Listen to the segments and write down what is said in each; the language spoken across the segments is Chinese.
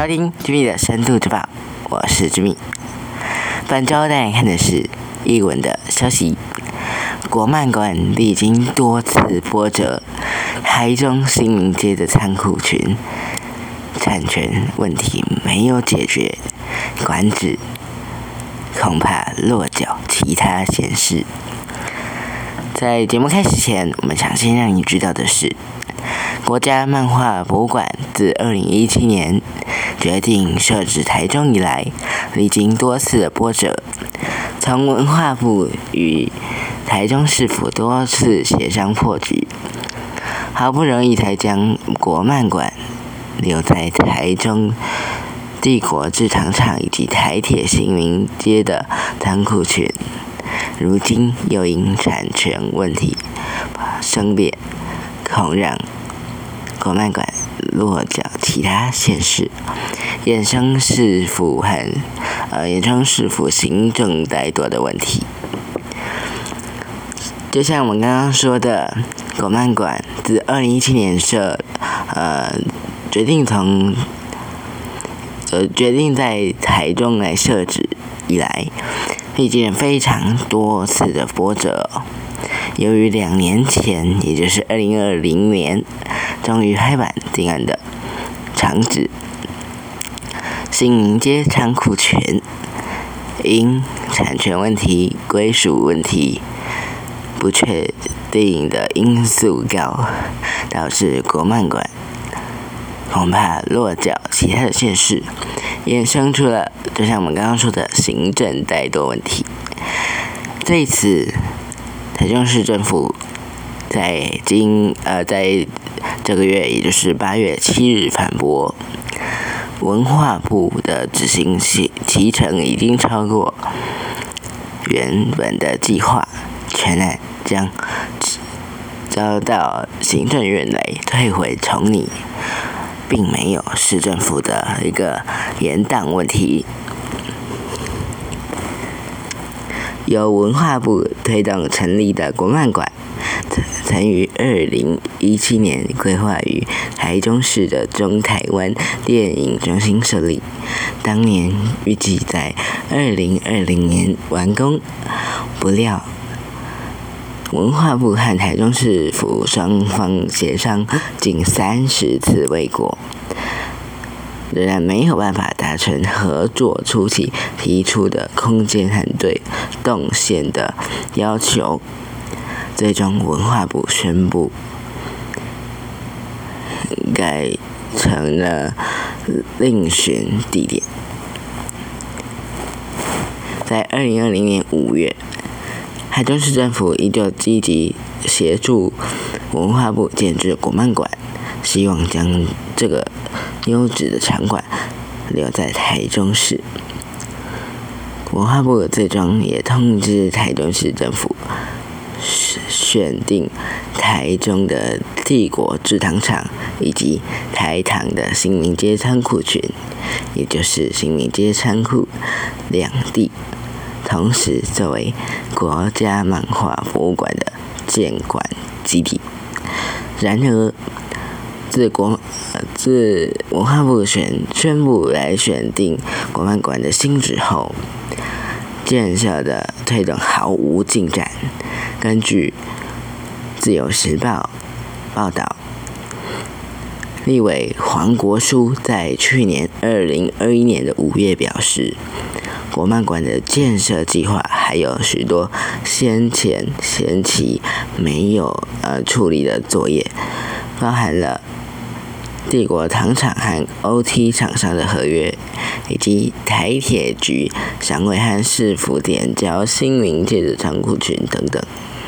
收听Jimmy 的深度之报，我是 Jimmy。本周带你看的是艺文的消息。国漫馆历经多次波折，台中新民街的仓库群产权问题没有解决，管制恐怕落脚其他县市。在节目开始前，我们想先让你知道的是，国家漫画博物馆自2017年决定设置台中以来，历经多次的波折，从文化部与台中市府多次协商破局，好不容易才将国漫馆留在台中帝国制糖厂以及台铁新民街的仓库群，如今又因产权问题生变，恐让国漫馆落脚其他县市，衍生市府行政怠惰的问题。就像我们刚刚说的，国漫馆自2017年决定在台中来设置以来，历经了非常多次的波折。由于2年前，也就是2020年，终于拍板定案的厂址新民街仓库群，因产权问题、归属问题不确定的因素高，导致国漫馆恐怕落脚其他的县市，衍生出了就像我们刚刚说的行政怠惰问题。对此，台中市政府在这个月，也就是8月7日反驳，文化部的执行期程已经超过原本的计划，全案将遭到行政院来退回重拟，并没有市政府的一个延宕问题。由文化部推动成立的国漫馆，曾于2017年规划于台中市的中台湾电影中心设立，当年预计在2020年完工，不料文化部和台中市府双方协商近30次未果，仍然没有办法达成合作初期提出的空间和对动线的要求。最终文化部宣布改成了另寻地点。在2020年5月，台中市政府依旧积极协助文化部建置国漫馆，希望将这个优质的场馆留在台中市。文化部最终也通知台中市政府，选定台中的帝国制糖厂以及台糖的新民街仓库群，也就是新民街仓库两地，同时作为国家漫画博物馆的建馆基地。然而，自文化部宣布来选定国漫馆的新址后，建设的推动毫无进展。根据自由时报报道，立委黄国书在去年2021年的5月表示，国漫馆的建设计划还有许多先期没有处理的作业，包含了帝国糖厂和 OT 厂商的合约，以及台铁局尚未和市府点交新民街的仓库群等等。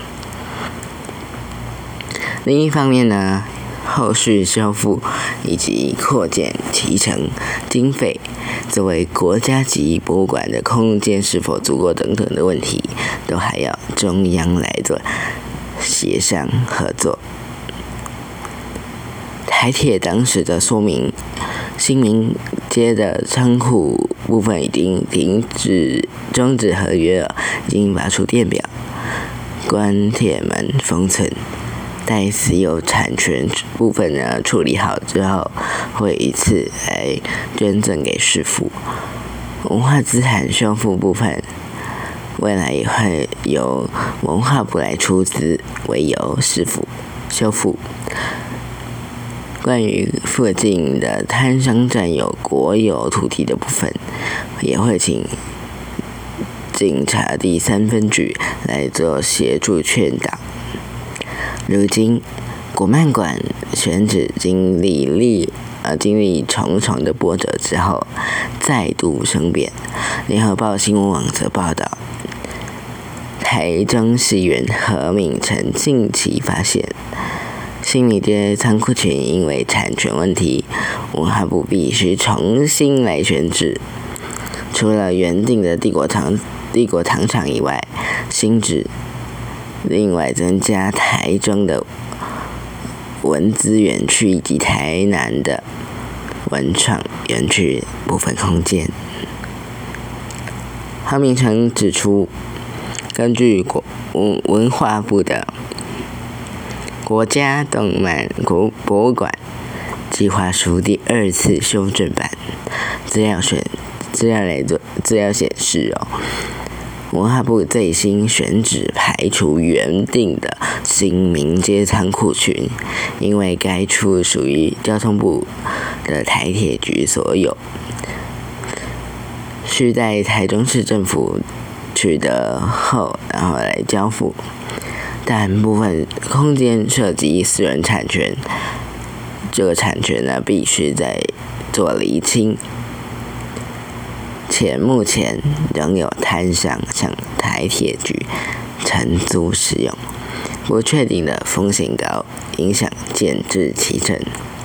另一方面呢，后续修复以及扩建期程经费，作为国家级博物馆的空间是否足够等等的问题，都还要中央来做协商合作。台铁当时的说明，新民街的仓库部分已经终止合约了，已经发出电表，关铁门封存。 待私有产权部分呢处理好之后，会一次来捐赠给市府。文化资产修复部分，未来也会由文化部来出资，为由市府修复。关于附近的摊商占有国有土地的部分，也会请警察第3分局来做协助劝导。如今，国漫馆选址经历重重的波折之后，再度生变。联合报新闻网则报道，台中市议员何敏成近期发现，新米街仓库群因为产权问题，文化部必须重新来选址。除了原定的帝国糖厂以外，新址另外增加台中的文资园区以及台南的文创园区部分空间。何敏成指出，根据文化部的国家动漫博物馆计划书第2次修正版资料显示，文化部最新选址排除原定的新民街仓库群，因为该处属于交通部的台铁局所有，需在台中市政府取得后，然后来交付。但部分空间涉及私人产权，这个产权呢必须再做厘清。且目前仍有摊商向台铁局承租使用，不确定的风险高，影响建制期程。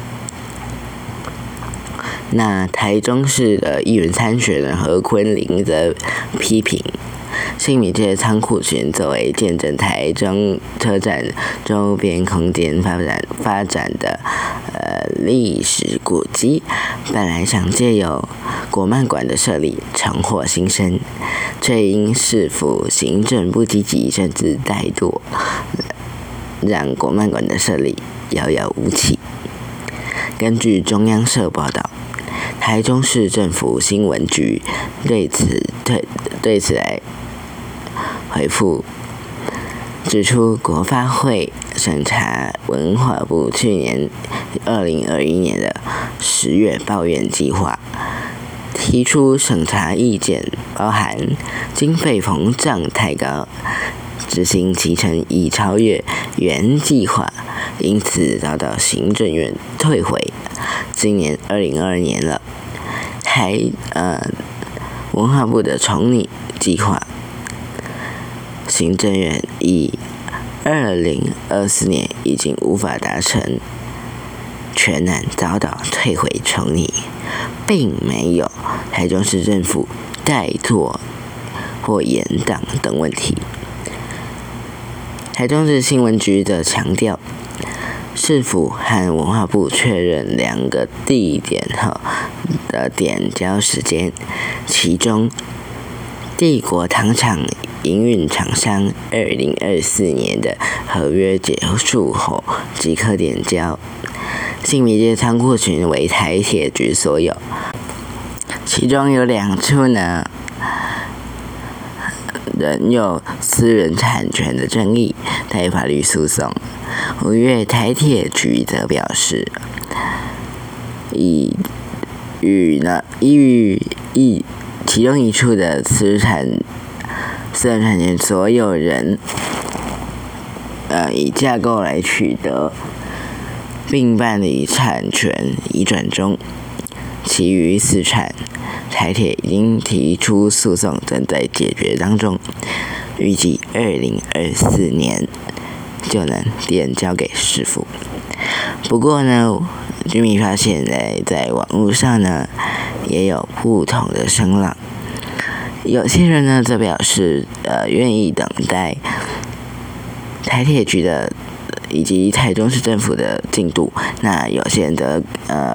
那台中市的议员参选人何昆凌则批评，新米街仓库群作为见证台中车站周边空间发展的历史古迹，本来想借由国漫馆的设立重获新生，却因市府行政不积极甚至怠惰，让国漫馆的设立遥遥无期。根据中央社报道，台中市政府新闻局对此来回复，指出国发会审查文化部去年2021年的10月抱怨计划，提出审查意见，包含经费膨胀太高，执行期程已超越原计划，因此遭到行政院退回。今年2022年了，文化部的重拟计划，行政院以2024年已经无法达成，全案遭到退回重拟，并没有台中市政府怠惰或延宕等问题。台中市新闻局则强调，市府和文化部确认2个地点后的点交时间，其中帝国糖厂营运厂商2024年的合约结束后即可点交。新米街仓库群为台铁局所有，其中有2处呢仍有私人产权的争议，待法律诉讼。5月台铁局则表示，其中1处的私人产权所有人以架构来取得，并办理产权移转中，其余4产台铁已经提出诉讼，正在解决当中，预计2024年就能点交给市府。不过呢，居民发现在网络上呢也有不同的声浪，有些人呢则表示愿意等待台铁局的以及台中市政府的进度，那有些人则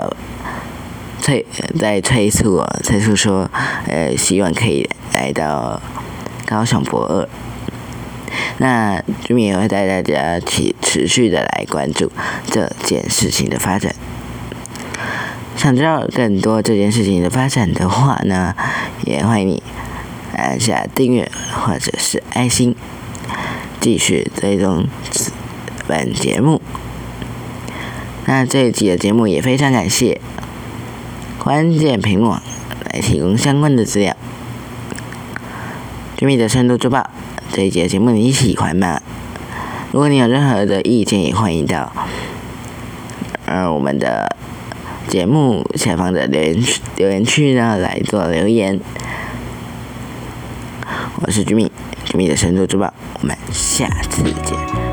催促说希望可以来到高雄博二。 那Jimmy也会带大家持续的来关注这件事情的发展。想知道更多这件事情的发展的话呢，也欢迎你按下订阅或者是爱心，继续追踪本节目。那这一集的节目也非常感谢关键评论网来提供相关的资料。Jimmy的深度周报这一集的节目你喜欢吗？如果你有任何的意见，也欢迎到我们的节目下方的留言区呢来做留言。我是Jimmy的深度周报，我们下次见。